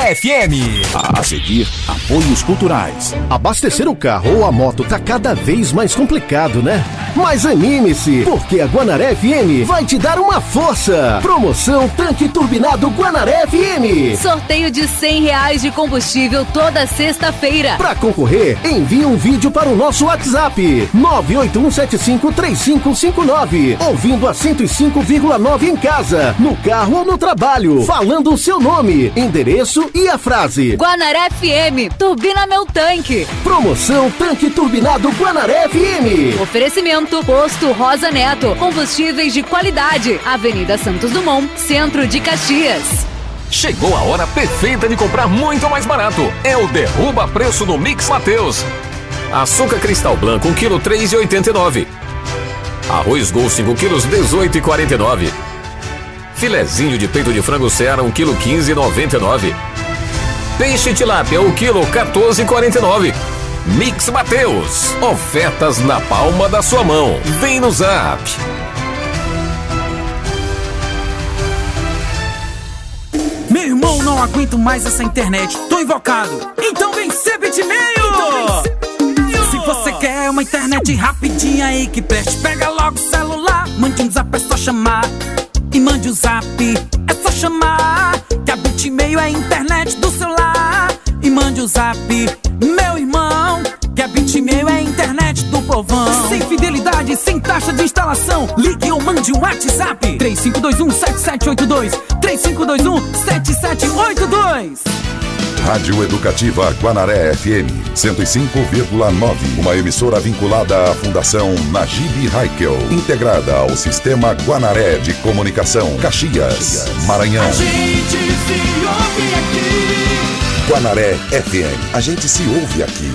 FM. A seguir, apoios culturais. Abastecer o carro ou a moto tá cada vez mais complicado, né? Mas anime-se, porque a Guanaré FM vai te dar uma força. Promoção Tanque Turbinado Guanaré FM. Sorteio de R$100 de combustível toda sexta-feira. Para concorrer, envie um vídeo para o nosso WhatsApp 981753559, ouvindo a 105,9 em casa, no carro ou no trabalho, falando o seu nome, endereço e a frase. Guanaré FM, turbina meu tanque. Promoção Tanque Turbinado Guanaré FM. Oferecimento Posto Rosa Neto, combustíveis de qualidade, Avenida Santos Dumont, Centro de Caxias. Chegou a hora perfeita de comprar muito mais barato. É o derruba preço no Mix Mateus. Açúcar Cristal Branco 1 kg 3,89. Arroz Gol 5 kg 18,49. Filezinho de peito de frango Seara 1 kg 15,99. Peixe tilápia 1 kg 14,49. Mix Mateus. Ofertas na palma da sua mão. Vem no Zap. Meu irmão, não aguento mais essa internet. Tô invocado. Então vem ser Bitmail. Se você quer uma internet rapidinha aí que preste, pega logo o celular. Mande um zap, é só chamar. E mande o zap, é só chamar. Que a Bitmail é a internet do celular. E mande o zap, meu irmão, que a Bitmail é a internet do povão. Sem fidelidade, sem taxa de instalação. Ligue ou mande um WhatsApp 3521-7782 3521-7782. Rádio Educativa Guanaré FM 105,9. Uma emissora vinculada à Fundação Najib Haikel, integrada ao Sistema Guanaré de Comunicação, Caxias, Maranhão. A gente se ouve aqui. Guanaré FM. A gente se ouve aqui.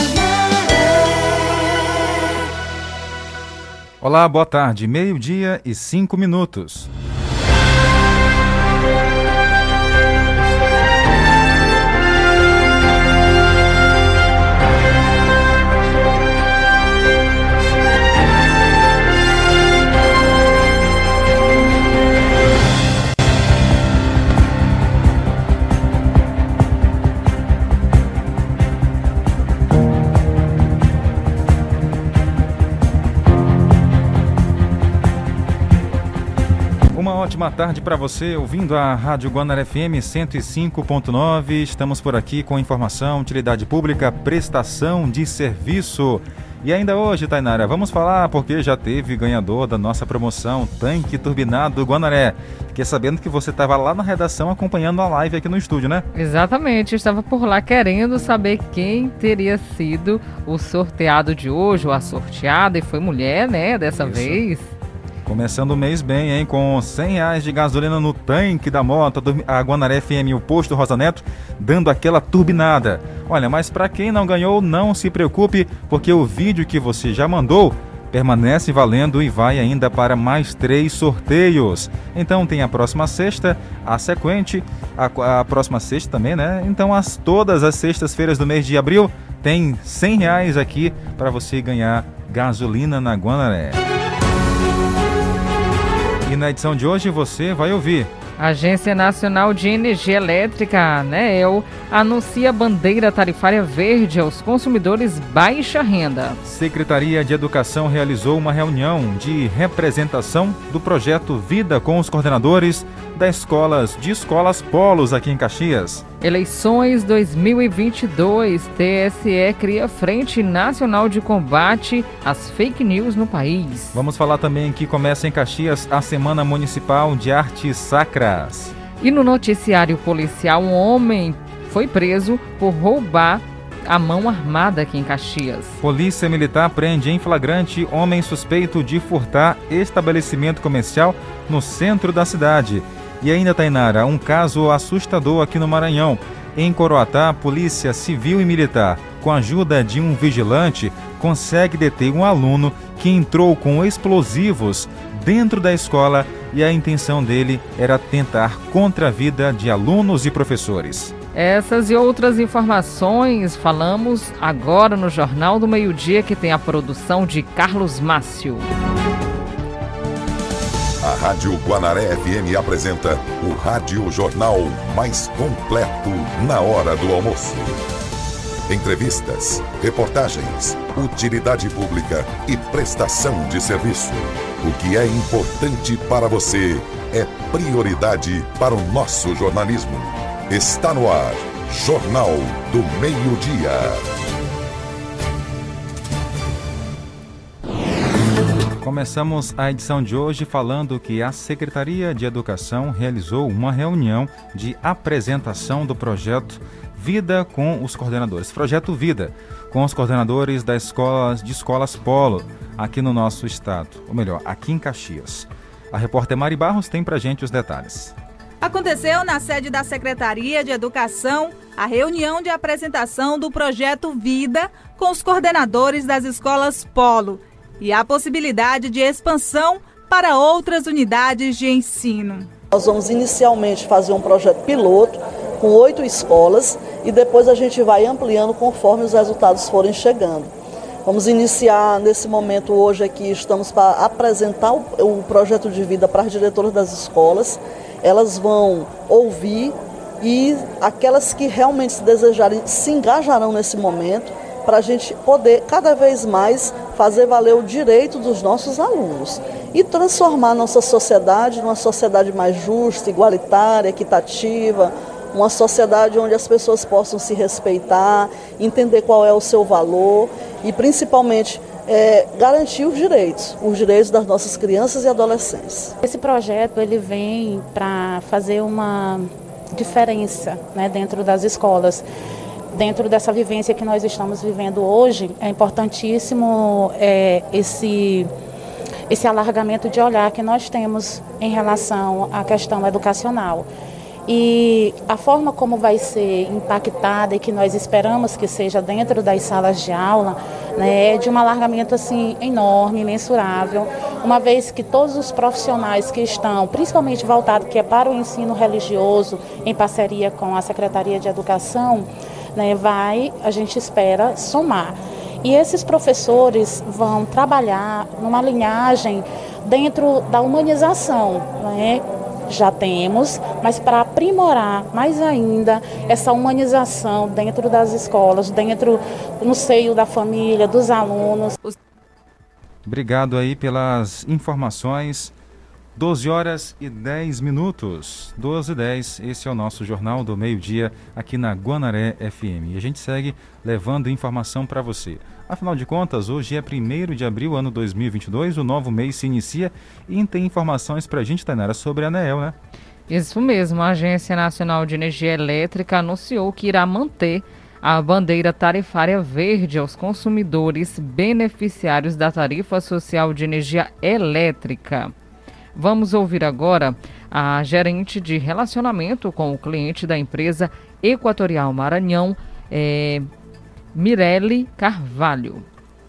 Olá, boa tarde. 12:05. Ótima tarde para você, ouvindo a Rádio Guanaré FM 105.9. Estamos por aqui com informação, utilidade pública, prestação de serviço. E ainda hoje, Tainara, vamos falar porque já teve ganhador da nossa promoção Tanque Turbinado Guanaré. Fiquei sabendo que você estava lá na redação acompanhando a live aqui no estúdio, né? Exatamente, eu estava por lá querendo saber quem teria sido o sorteado de hoje, ou a sorteada, e foi mulher, né, dessa vez. Começando o mês bem, hein? Com R$100 de gasolina no tanque da moto, a Guanaré FM e o Posto Rosa Neto dando aquela turbinada. Olha, mas para quem não ganhou, não se preocupe, porque o vídeo que você já mandou permanece valendo e vai ainda para mais 3 sorteios. Então tem a próxima sexta, a sequente, a próxima sexta também, né? Então todas as sextas-feiras do mês de abril tem R$100 aqui para você ganhar gasolina na Guanaré. E na edição de hoje você vai ouvir: a Agência Nacional de Energia Elétrica, ANEEL, anuncia bandeira tarifária verde aos consumidores baixa renda. Secretaria de Educação realizou uma reunião de representação do projeto Vida com os coordenadores de escolas polos aqui em Caxias. Eleições 2022, TSE cria Frente Nacional de Combate às Fake News no país. Vamos falar também que começa em Caxias a Semana Municipal de Artes Sacras. E no noticiário policial, um homem foi preso por roubar a mão armada aqui em Caxias. Polícia Militar prende em flagrante homem suspeito de furtar estabelecimento comercial no centro da cidade. E ainda, Tainara, um caso assustador aqui no Maranhão. Em Coroatá, Polícia Civil e Militar, com a ajuda de um vigilante, consegue deter um aluno que entrou com explosivos dentro da escola e a intenção dele era tentar contra a vida de alunos e professores. Essas e outras informações falamos agora no Jornal do Meio-Dia, que tem a produção de Carlos Mácio. A Rádio Guanaré FM apresenta o Rádio Jornal mais completo na hora do almoço. Entrevistas, reportagens, utilidade pública e prestação de serviço. O que é importante para você é prioridade para o nosso jornalismo. Está no ar, Jornal do Meio-Dia. Começamos a edição de hoje falando que a Secretaria de Educação realizou uma reunião de apresentação do projeto Vida com os coordenadores. Projeto Vida com os coordenadores das escolas Polo aqui no nosso estado, ou melhor, aqui em Caxias. A repórter Mari Barros tem pra gente os detalhes. Aconteceu na sede da Secretaria de Educação a reunião de apresentação do projeto Vida com os coordenadores das escolas Polo e a possibilidade de expansão para outras unidades de ensino. Nós vamos inicialmente fazer um projeto piloto com 8 escolas e depois a gente vai ampliando conforme os resultados forem chegando. Vamos iniciar nesse momento hoje aqui, estamos para apresentar o projeto de vida para as diretoras das escolas. Elas vão ouvir e aquelas que realmente se desejarem se engajarão nesse momento para a gente poder cada vez mais fazer valer o direito dos nossos alunos e transformar nossa sociedade numa sociedade mais justa, igualitária, equitativa, uma sociedade onde as pessoas possam se respeitar, entender qual é o seu valor e principalmente garantir os direitos das nossas crianças e adolescentes. Esse projeto ele vem para fazer uma diferença, né, dentro das escolas. Dentro dessa vivência que nós estamos vivendo hoje, é importantíssimo esse alargamento de olhar que nós temos em relação à questão educacional. E a forma como vai ser impactada e que nós esperamos que seja dentro das salas de aula, né, é de um alargamento assim, enorme, imensurável, uma vez que todos os profissionais que estão, principalmente voltados que é para o ensino religioso, em parceria com a Secretaria de Educação, né, a gente espera somar. E esses professores vão trabalhar numa linhagem dentro da humanização, né? Já temos, mas para aprimorar mais ainda essa humanização dentro das escolas, no seio da família, dos alunos. Obrigado aí pelas informações. 12 horas e 10 minutos, 12h10, esse é o nosso Jornal do Meio-Dia aqui na Guanaré FM. E a gente segue levando informação para você. Afinal de contas, hoje é 1º de abril, ano 2022, o novo mês se inicia e tem informações para a gente, Tainara, sobre a ANEEL, né? Isso mesmo, a Agência Nacional de Energia Elétrica anunciou que irá manter a bandeira tarifária verde aos consumidores beneficiários da tarifa social de energia elétrica. Vamos ouvir agora a gerente de relacionamento com o cliente da empresa Equatorial Maranhão, Mirelle Carvalho.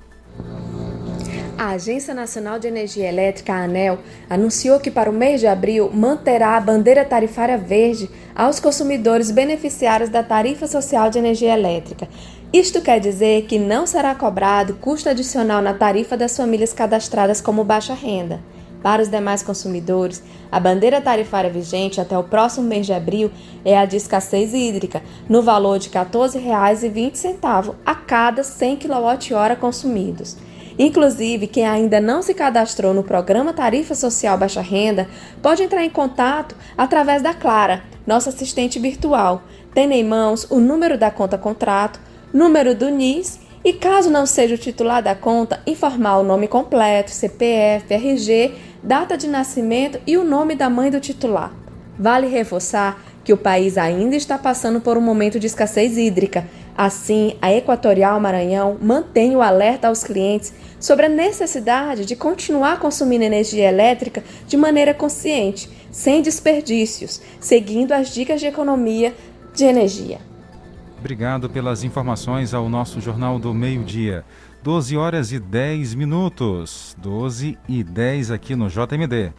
A Agência Nacional de Energia Elétrica, a ANEEL, anunciou que para o mês de abril manterá a bandeira tarifária verde aos consumidores beneficiários da tarifa social de energia elétrica. Isto quer dizer que não será cobrado custo adicional na tarifa das famílias cadastradas como baixa renda. Para os demais consumidores, a bandeira tarifária vigente até o próximo mês de abril é a de escassez hídrica, no valor de R$ 14,20 a cada 100 kWh consumidos. Inclusive, quem ainda não se cadastrou no programa Tarifa Social Baixa Renda pode entrar em contato através da Clara, nossa assistente virtual, tendo em mãos o número da conta contrato, número do NIS e, caso não seja o titular da conta, informar o nome completo, CPF, RG, data de nascimento e o nome da mãe do titular. Vale reforçar que o país ainda está passando por um momento de escassez hídrica. Assim, a Equatorial Maranhão mantém o alerta aos clientes sobre a necessidade de continuar consumindo energia elétrica de maneira consciente, sem desperdícios, seguindo as dicas de economia de energia. Obrigado pelas informações ao nosso Jornal do Meio-Dia. 12 horas e 10 minutos. 12 e 10 aqui no JMD.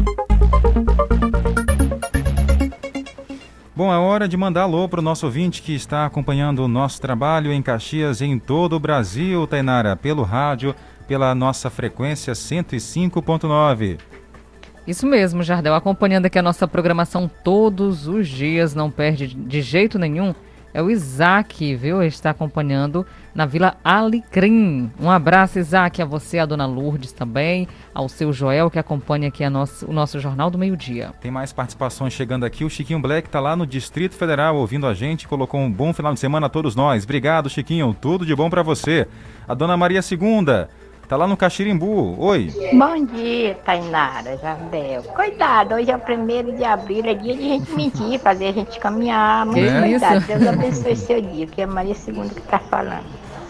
Bom, é hora de mandar alô para o nosso ouvinte que está acompanhando o nosso trabalho em Caxias e em todo o Brasil, Tainara, pelo rádio, pela nossa frequência 105.9. Isso mesmo, Jardel. Acompanhando aqui a nossa programação todos os dias, não perde de jeito nenhum. É o Isaac, viu? Ele está acompanhando na Vila Alecrim. Um abraço, Isaac, a você, a dona Lourdes também, ao seu Joel, que acompanha aqui o nosso Jornal do Meio-Dia. Tem mais participações chegando aqui. O Chiquinho Black está lá no Distrito Federal ouvindo a gente, colocou um bom final de semana a todos nós. Obrigado, Chiquinho. Tudo de bom para você. A dona Maria Segunda tá lá no Caxirimbu. Oi. Bom dia, Tainara, Jardel. Cuidado, hoje é o 1º de abril, é dia de gente mentir, fazer a gente caminhar. Muito cuidado. Isso? Deus abençoe seu dia, que é a Maria Segunda que tá falando.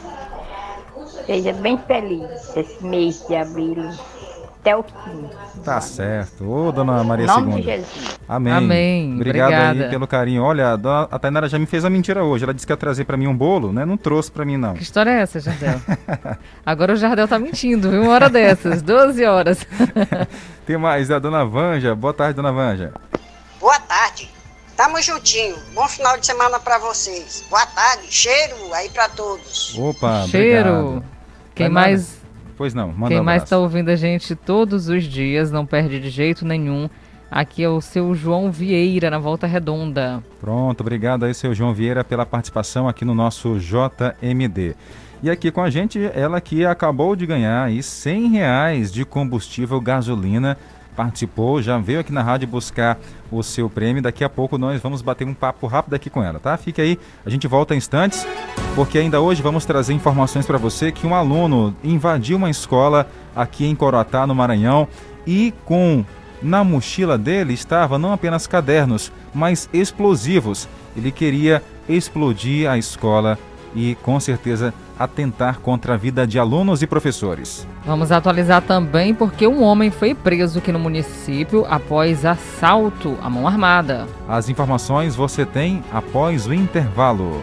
Seja bem feliz esse mês de abril, até o fim. Tá certo. Ô, dona Maria Segunda. Em nome de Jesus. Amém. Amém. Obrigado aí pelo carinho. Olha, a Tainara já me fez a mentira hoje. Ela disse que ia trazer pra mim um bolo, né? Não trouxe pra mim, não. Que história é essa, Jardel? Agora o Jardel tá mentindo, viu? Uma hora dessas, 12 horas. Tem mais, a dona Vanja. Boa tarde, dona Vanja. Boa tarde. Tamo juntinho. Bom final de semana pra vocês. Boa tarde. Cheiro aí pra todos. Opa, cheiro. Obrigado. Quem mais... Pois não, manda Quem um mais abraço. está ouvindo a gente todos os dias, não perde de jeito nenhum. Aqui é o seu João Vieira, na Volta Redonda. Pronto, obrigado aí, seu João Vieira, pela participação aqui no nosso JMD. E aqui com a gente, ela que acabou de ganhar aí R$100 de combustível gasolina. Participou, já veio aqui na rádio buscar o seu prêmio. Daqui a pouco nós vamos bater um papo rápido aqui com ela, tá? Fique aí, a gente volta em instantes, porque ainda hoje vamos trazer informações para você que um aluno invadiu uma escola aqui em Coroatá, no Maranhão, e na mochila dele estava não apenas cadernos, mas explosivos. Ele queria explodir a escola e, com certeza, atentar contra a vida de alunos e professores. Vamos atualizar também porque um homem foi preso aqui no município após assalto à mão armada. As informações você tem após o intervalo.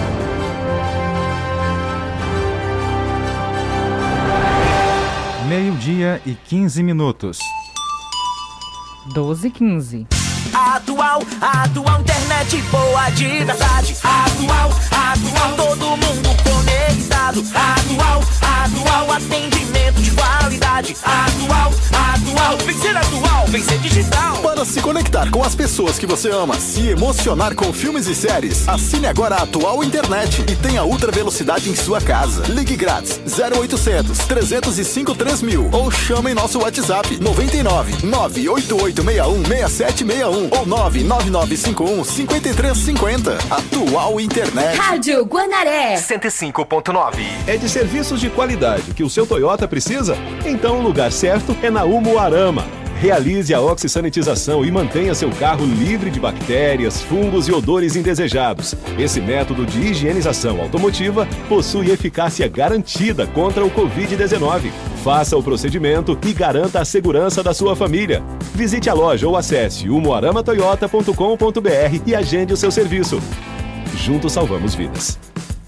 Meio-dia e 15 minutos. 12h15. Atual internet boa de verdade. Atual, todo mundo conectado. Atual, atendimento de qualidade. Atual, vencer digital. Para se conectar com as pessoas que você ama, se emocionar com filmes e séries, assine agora a Atual Internet e tenha ultra velocidade em sua casa. Ligue grátis 0800 305 3000 ou chame em nosso WhatsApp 99 98861 6761 ou 99951 5350. Atual Internet. Rádio Guanaré 105.9. É de serviços de qualidade que o seu Toyota precisa? Então o lugar certo é na Umuarama. Realize a oxisanitização e mantenha seu carro livre de bactérias, fungos e odores indesejados. Esse método de higienização automotiva possui eficácia garantida contra o Covid-19. Faça o procedimento e garanta a segurança da sua família. Visite a loja ou acesse umuaramatoyota.com.br e agende o seu serviço. Juntos salvamos vidas.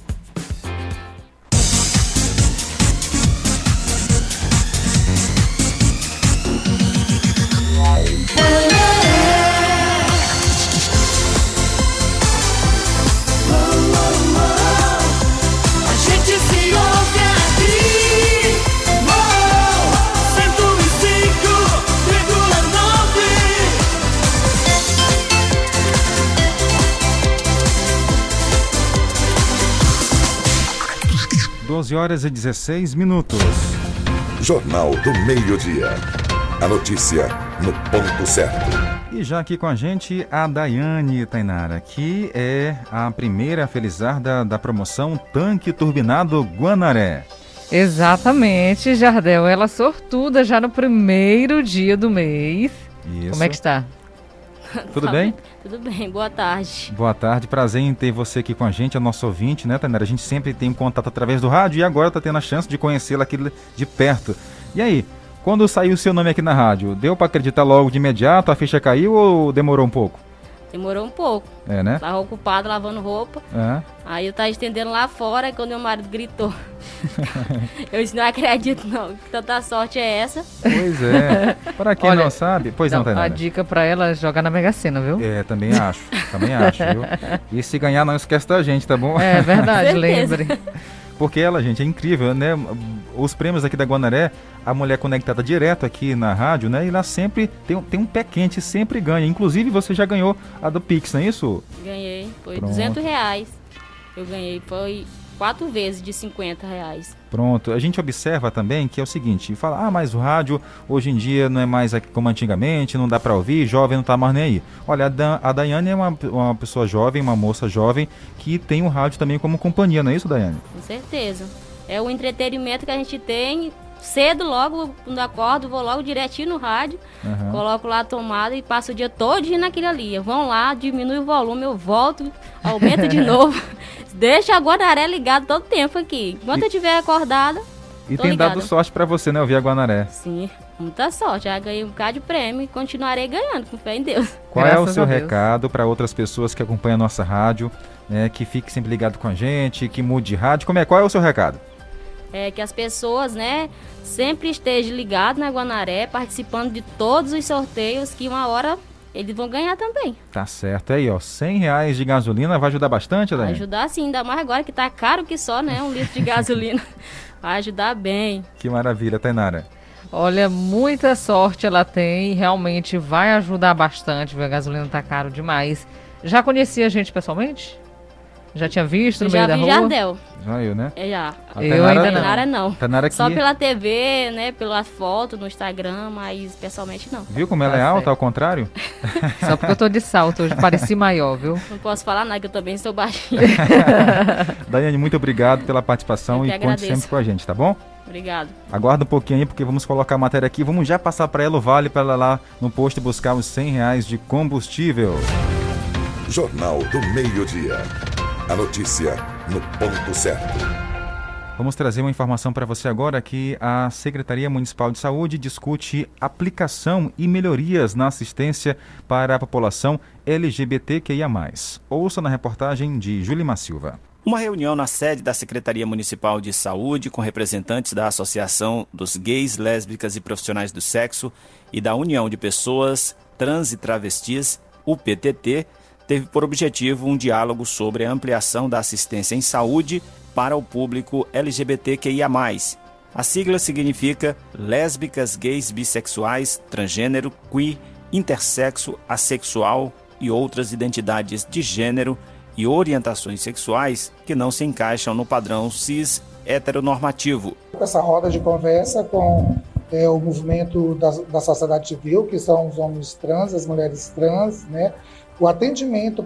Horas e 16 minutos. Jornal do Meio-Dia. A notícia no ponto certo. E já aqui com a gente a Daiane Tainara, que é a primeira a felizar da promoção Tanque Turbinado Guanaré. Exatamente, Jardel. Ela sortuda já no primeiro dia do mês. Isso. Como é que está? Tudo bem? Tudo bem, boa tarde. Boa tarde, prazer em ter você aqui com a gente, a nossa ouvinte, né, Tainara? A gente sempre tem um contato através do rádio e agora está tendo a chance de conhecê-la aqui de perto. E aí, quando saiu o seu nome aqui na rádio, deu para acreditar logo de imediato, a ficha caiu ou demorou um pouco? Demorou um pouco. É, né? Tava ocupado lavando roupa. É. Aí eu tava estendendo lá fora e quando meu marido gritou. Eu disse, não acredito não, que tanta sorte é essa. Pois é. Para quem não sabe... Pois não, Tainara. A dica para ela é jogar na Mega Sena, viu? É, também acho, viu? E se ganhar, não esquece da gente, tá bom? É verdade, lembre. Porque ela, gente, é incrível, né? Os prêmios aqui da Guanaré, a mulher conectada direto aqui na rádio, né? E ela sempre tem um pé quente, sempre ganha. Inclusive, você já ganhou a do Pix, não é isso? Ganhei, foi Pronto. R$200. Eu ganhei, foi 4 vezes de R$50. Pronto, a gente observa também que é o seguinte, fala, mas o rádio hoje em dia não é mais como antigamente, não dá para ouvir, jovem não tá mais nem aí. Olha, a Daiane é uma pessoa jovem, uma moça jovem, que tem o rádio também como companhia, não é isso, Daiane? Com certeza. É o entretenimento que a gente tem, cedo logo, quando acordo, vou logo direitinho no rádio, coloco lá a tomada e passo o dia todo naquilo ali. Vão lá, diminui o volume, eu volto, aumento de novo. Deixa a Guanaré ligado todo tempo aqui. Enquanto eu estiver acordada, E tem ligada. dado sorte para você, né, ouvir a Guanaré. Sim, muita sorte. Já ganhei um bocado de prêmio e continuarei ganhando, com fé em Deus. Qual é o seu recado para outras pessoas que acompanham a nossa rádio, né, que fique sempre ligado com a gente, que mude de rádio? Qual é o seu recado? É que as pessoas, né, sempre estejam ligadas na Guanaré, participando de todos os sorteios, que uma hora eles vão ganhar também. Tá certo, aí ó, R$100 de gasolina vai ajudar bastante, Vai Daiane? ajudar sim, ainda mais agora que tá caro que só, né, 1 litro de gasolina. Vai ajudar bem. Que maravilha, Tainara. Olha, muita sorte ela tem, realmente vai ajudar bastante, viu? A gasolina tá caro demais. Já conhecia a gente pessoalmente? Já tinha visto no meio da rua? Já vi Jardel. Já eu, né? Já. Eu ainda não. Tainara não. Tainara aqui... Só pela TV, né, pelas fotos no Instagram, mas pessoalmente não. Viu como ela é alta, ao contrário? Só porque eu tô de salto hoje, pareci maior, viu? Não posso falar nada, que eu também sou baixinha. Daiane, muito obrigado pela participação e conte sempre com a gente, tá bom? Obrigado. Aguarda um pouquinho aí, porque vamos colocar a matéria aqui. Vamos já passar para ela o vale para ela lá no posto buscar os R$100 de combustível. Jornal do Meio-Dia. A notícia no ponto certo. Vamos trazer uma informação para você agora que a Secretaria Municipal de Saúde discute aplicação e melhorias na assistência para a população LGBTQIA+. Ouça na reportagem de Julimar Silva. Uma reunião na sede da Secretaria Municipal de Saúde com representantes da Associação dos Gays, Lésbicas e Profissionais do Sexo e da União de Pessoas Trans e Travestis, UPTT, teve por objetivo um diálogo sobre a ampliação da assistência em saúde para o público LGBTQIA+. A sigla significa lésbicas, gays, bissexuais, transgênero, queer, intersexo, assexual e outras identidades de gênero e orientações sexuais que não se encaixam no padrão cis heteronormativo. Essa roda de conversa com o movimento da sociedade civil, que são os homens trans, as mulheres trans, né? O atendimento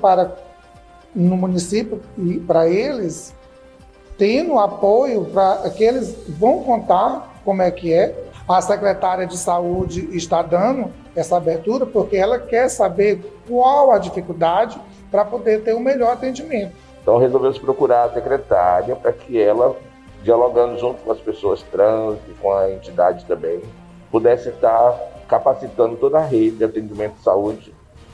no município e para eles, tendo apoio para que eles vão contar como é que é. A secretária de saúde está dando essa abertura porque ela quer saber qual a dificuldade para poder ter um melhor atendimento. Então resolvemos procurar a secretária para que ela, dialogando junto com as pessoas trans e com a entidade também, pudesse estar capacitando toda a rede de atendimento de saúde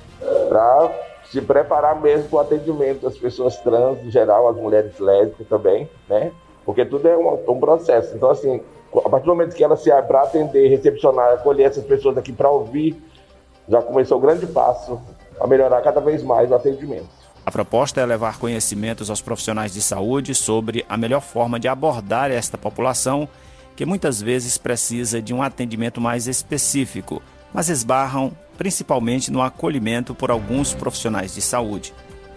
para se preparar mesmo para o atendimento das pessoas trans, em geral, as mulheres lésbicas também, né? Porque tudo é um processo. Então, assim, a partir do momento que ela se abre para atender, recepcionar, acolher essas pessoas aqui para ouvir, já começou o grande passo a melhorar cada vez mais o atendimento. A proposta é levar conhecimentos aos profissionais de saúde sobre a melhor forma de abordar esta população, que muitas vezes precisa de um atendimento mais específico, mas esbarram principalmente no acolhimento por alguns profissionais de saúde.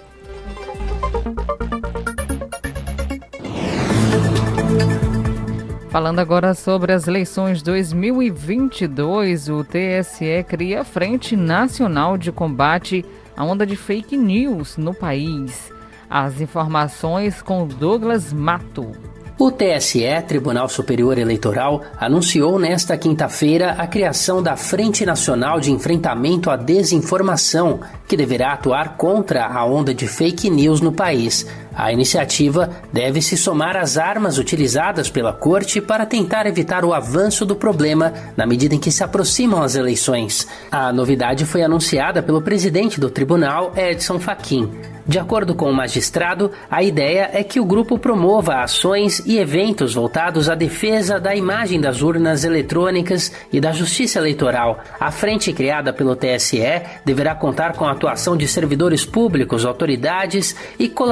Falando agora sobre as eleições 2022, o TSE cria a Frente Nacional de Combate à Onda de Fake News no país. As informações com Douglas Mato. O TSE, Tribunal Superior Eleitoral, anunciou nesta quinta-feira a criação da Frente Nacional de Enfrentamento à Desinformação, que deverá atuar contra a onda de fake news no país. A iniciativa deve se somar às armas utilizadas pela Corte para tentar evitar o avanço do problema na medida em que se aproximam as eleições. A novidade foi anunciada pelo presidente do tribunal, Edson Fachin. De acordo com o magistrado, a ideia é que o grupo promova ações e eventos voltados à defesa da imagem das urnas eletrônicas e da justiça eleitoral. A frente criada pelo TSE deverá contar com a atuação de servidores públicos, autoridades e colaboradores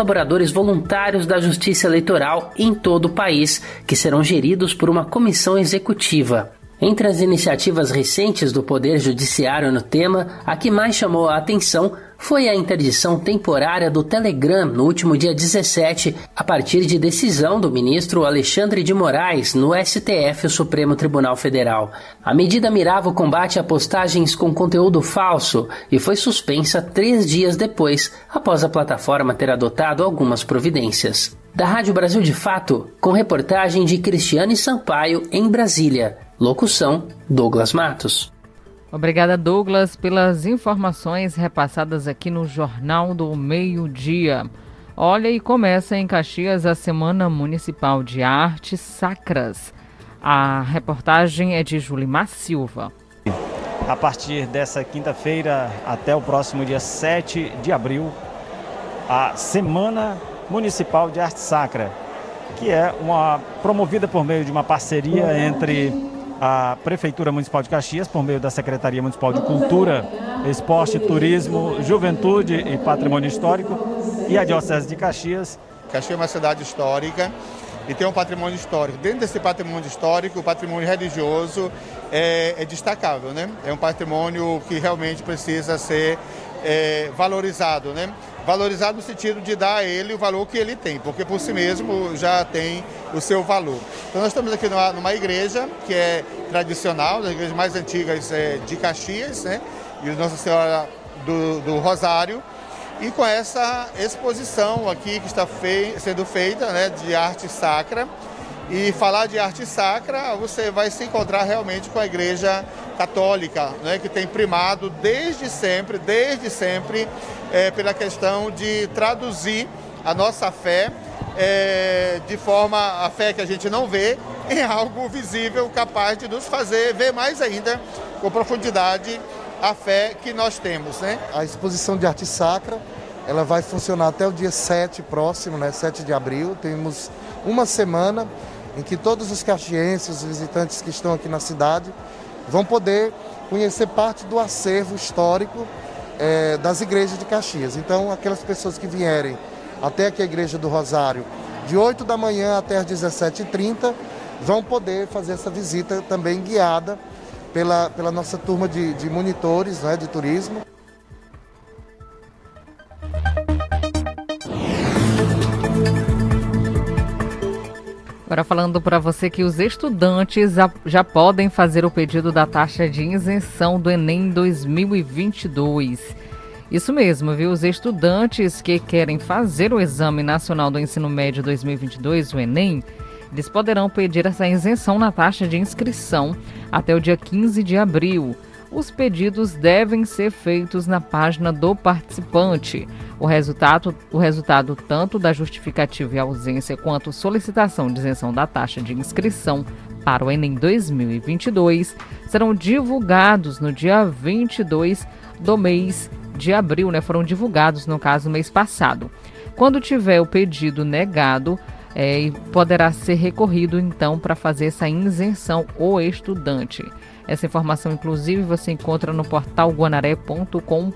servidores voluntários da Justiça Eleitoral em todo o país, que serão geridos por uma comissão executiva. Entre as iniciativas recentes do Poder Judiciário no tema, a que mais chamou a atenção foi a interdição temporária do Telegram no último dia 17, a partir de decisão do ministro Alexandre de Moraes no STF, o Supremo Tribunal Federal. A medida mirava o combate a postagens com conteúdo falso e foi suspensa 3 dias depois, após a plataforma ter adotado algumas providências. Da Rádio Brasil de Fato, com reportagem de Cristiane Sampaio em Brasília. Locução, Douglas Matos. Obrigada, Douglas, pelas informações repassadas aqui no Jornal do Meio-Dia. Olha, e começa em Caxias a Semana Municipal de Artes Sacras. A reportagem é de Julimar Silva. A partir dessa quinta-feira até o próximo dia 7 de abril, a Semana Municipal de Arte Sacra, que é promovida por meio de uma parceria entre a Prefeitura Municipal de Caxias, por meio da Secretaria Municipal de Cultura, Esporte, Turismo, Juventude e Patrimônio Histórico e a Diocese de Caxias. Caxias é uma cidade histórica e tem um patrimônio histórico. Dentro desse patrimônio histórico, o patrimônio religioso é destacável, né? É um patrimônio que realmente precisa ser valorizado, né? Valorizado no sentido de dar a ele o valor que ele tem, porque por si mesmo já tem o seu valor. Então nós estamos aqui numa igreja que é tradicional, das igrejas mais antigas de Caxias, né? E Nossa Senhora do Rosário, e com essa exposição aqui que está sendo feita, né, de arte sacra. E falar de arte sacra, você vai se encontrar realmente com a Igreja Católica, né, que tem primado desde sempre, pela questão de traduzir a nossa fé de forma, a fé que a gente não vê, em algo visível, capaz de nos fazer ver mais ainda, com profundidade, a fé que nós temos, né? A exposição de arte sacra, ela vai funcionar até o dia 7 próximo, né, 7 de abril. Temos uma semana em que todos os caxienses, os visitantes que estão aqui na cidade, vão poder conhecer parte do acervo histórico das igrejas de Caxias. Então, aquelas pessoas que vierem até aqui a Igreja do Rosário, de 8 da manhã até as 17h30, vão poder fazer essa visita também guiada pela nossa turma de monitores, né, de turismo. Agora falando para você que os estudantes já podem fazer o pedido da taxa de isenção do Enem 2022. Isso mesmo, viu? Os estudantes que querem fazer o Exame Nacional do Ensino Médio 2022, o Enem, eles poderão pedir essa isenção na taxa de inscrição até o dia 15 de abril. Os pedidos devem ser feitos na página do participante. O resultado tanto da justificativa e ausência quanto solicitação de isenção da taxa de inscrição para o Enem 2022 serão divulgados no dia 22 do mês de abril, né? Foram divulgados, no caso, no mês passado. Quando tiver o pedido negado, poderá ser recorrido, então, para fazer essa isenção o estudante. Essa informação, inclusive, você encontra no portal guanaré.com.br.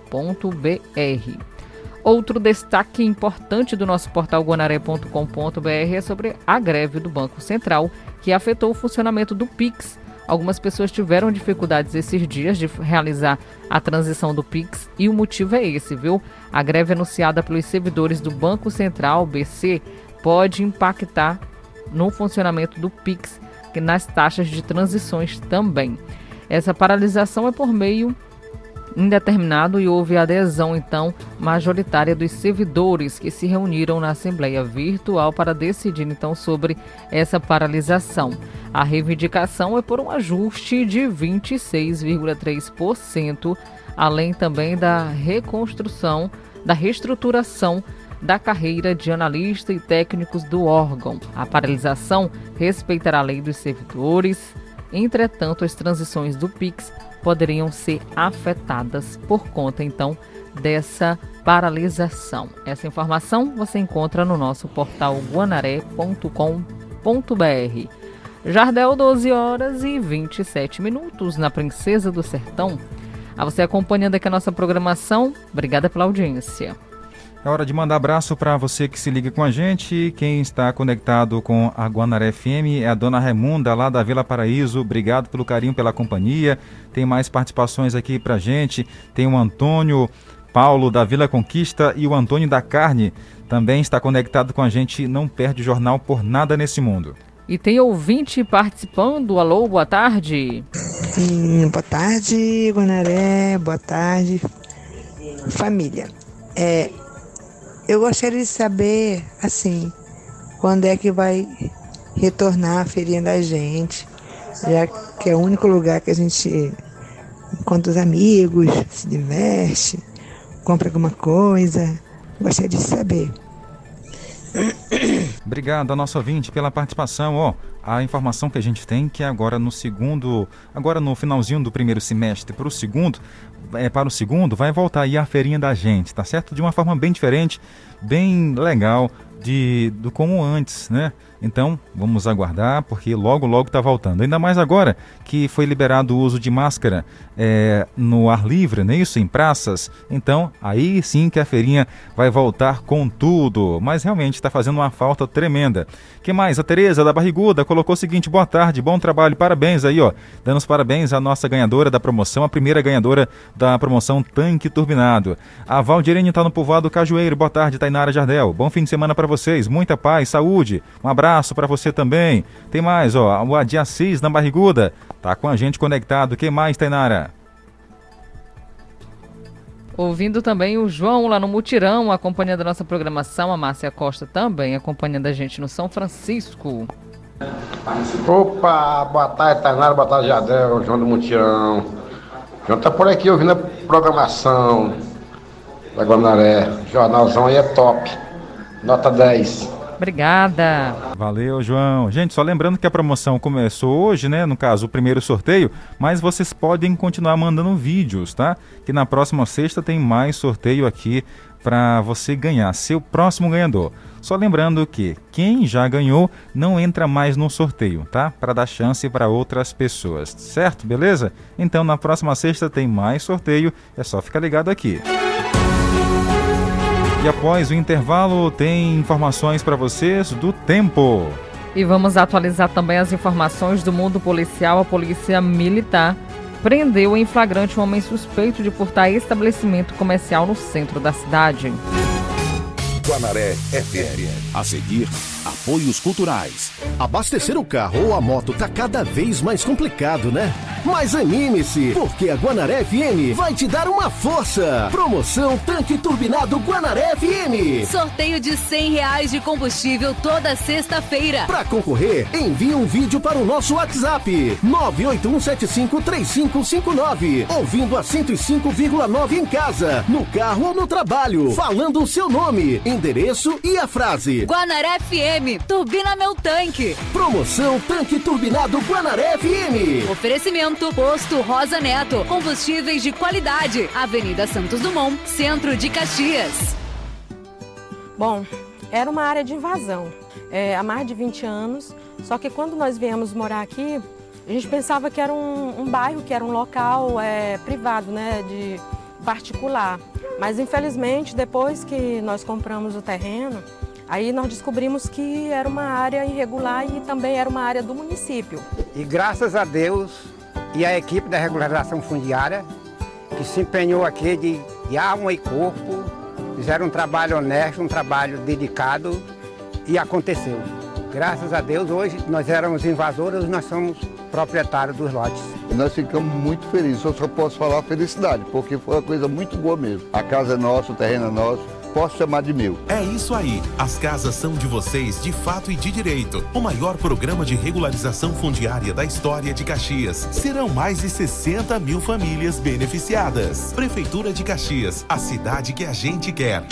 Outro destaque importante do nosso portal guanaré.com.br é sobre a greve do Banco Central, que afetou o funcionamento do Pix. Algumas pessoas tiveram dificuldades esses dias de realizar a transição do Pix e o motivo é esse, viu? A greve anunciada pelos servidores do Banco Central, BC, pode impactar no funcionamento do Pix e nas taxas de transições também. Essa paralisação é por meio indeterminado e houve adesão, então, majoritária dos servidores que se reuniram na Assembleia Virtual para decidir, então, sobre essa paralisação. A reivindicação é por um ajuste de 26,3%, além também da reestruturação da carreira de analista e técnicos do órgão. A paralisação respeitará a lei dos servidores. Entretanto, as transições do Pix poderiam ser afetadas por conta, então, dessa paralisação. Essa informação você encontra no nosso portal guanaré.com.br. Jardel, 12h27 na Princesa do Sertão. A você acompanhando aqui a nossa programação, obrigada pela audiência. É hora de mandar abraço para você que se liga com a gente. Quem está conectado com a Guanaré FM é a dona Raimunda, lá da Vila Paraíso. Obrigado pelo carinho, pela companhia. Tem mais participações aqui pra gente. Tem o Antônio Paulo, da Vila Conquista, e o Antônio da Carne também está conectado com a gente. Não perde o jornal por nada nesse mundo. E tem ouvinte participando. Alô, boa tarde. Boa tarde, Guanaré. Boa tarde, família. Eu gostaria de saber, assim, quando é que vai retornar a feirinha da gente, já que é o único lugar que a gente encontra os amigos, se diverte, compra alguma coisa. Gostaria de saber. Obrigado ao nosso ouvinte pela participação. A informação que a gente tem que agora no finalzinho do primeiro semestre para o segundo, vai voltar aí a feirinha da gente, tá certo? De uma forma bem diferente, bem legal, do como antes, né? Então, vamos aguardar, porque logo está voltando. Ainda mais agora que foi liberado o uso de máscara no ar livre, não é isso? Em praças. Então, aí sim que a feirinha vai voltar com tudo. Mas realmente está fazendo uma falta tremenda. Que mais? A Tereza da Barriguda colocou o seguinte: boa tarde, bom trabalho, parabéns aí, dando os parabéns à nossa ganhadora da promoção, a primeira ganhadora da promoção Tanque Turbinado. A Valdirene está no povoado Cajueiro. Boa tarde, Tainara Jardel. Bom fim de semana para vocês, muita paz, saúde. Um abraço para você também. Tem mais, o Adi Assis na Barriguda tá com a gente conectado. Quem mais, Tainara? Ouvindo também o João lá no Mutirão, acompanhando a nossa programação. A Márcia Costa também acompanhando a gente no São Francisco. Opa, boa tarde, Tainara, boa tarde, Jadel, João do Mutirão. João tá por aqui ouvindo a programação da Guanaré. Jornalzão aí é top. Nota 10. Obrigada. Valeu, João. Gente, só lembrando que a promoção começou hoje, né? No caso, o primeiro sorteio, mas vocês podem continuar mandando vídeos, tá? Que na próxima sexta tem mais sorteio aqui para você ganhar, ser o próximo ganhador. Só lembrando que quem já ganhou não entra mais no sorteio, tá? Para dar chance para outras pessoas, certo? Beleza? Então, na próxima sexta tem mais sorteio, é só ficar ligado aqui. E após o intervalo, tem informações para vocês do tempo. E vamos atualizar também as informações do mundo policial. A Polícia Militar prendeu em flagrante um homem suspeito de furtar estabelecimento comercial no centro da cidade. Guanaré FM. A seguir, apoios culturais. Abastecer o carro ou a moto tá cada vez mais complicado, né? Mas anime-se, porque a Guanaré FM vai te dar uma força. Promoção Tanque Turbinado Guanaré FM. Sorteio de R$100 de combustível toda sexta-feira. Para concorrer, envie um vídeo para o nosso WhatsApp 981753559, ouvindo a 105,9 em casa, no carro ou no trabalho, falando o seu nome, endereço e a frase. Guanaré FM, turbina meu tanque. Promoção Tanque Turbinado Guanaré FM. Oferecimento Posto Rosa Neto, combustíveis de qualidade. Avenida Santos Dumont, Centro de Caxias. Bom, era uma área de invasão, há mais de 20 anos, só que quando nós viemos morar aqui, a gente pensava que era um bairro, que era um local privado, né, de particular. Mas infelizmente, depois que nós compramos o terreno, aí nós descobrimos que era uma área irregular e também era uma área do município. E graças a Deus e a equipe da regularização fundiária, que se empenhou aqui de alma e corpo, fizeram um trabalho honesto, um trabalho dedicado e aconteceu. Graças a Deus, hoje nós éramos invasores, hoje nós somos proprietários dos lotes. Nós ficamos muito felizes, eu só posso falar felicidade, porque foi uma coisa muito boa mesmo. A casa é nossa, o terreno é nosso, posso chamar de meu. É isso aí, as casas são de vocês de fato e de direito. O maior programa de regularização fundiária da história de Caxias. Serão mais de 60 mil famílias beneficiadas. Prefeitura de Caxias, a cidade que a gente quer.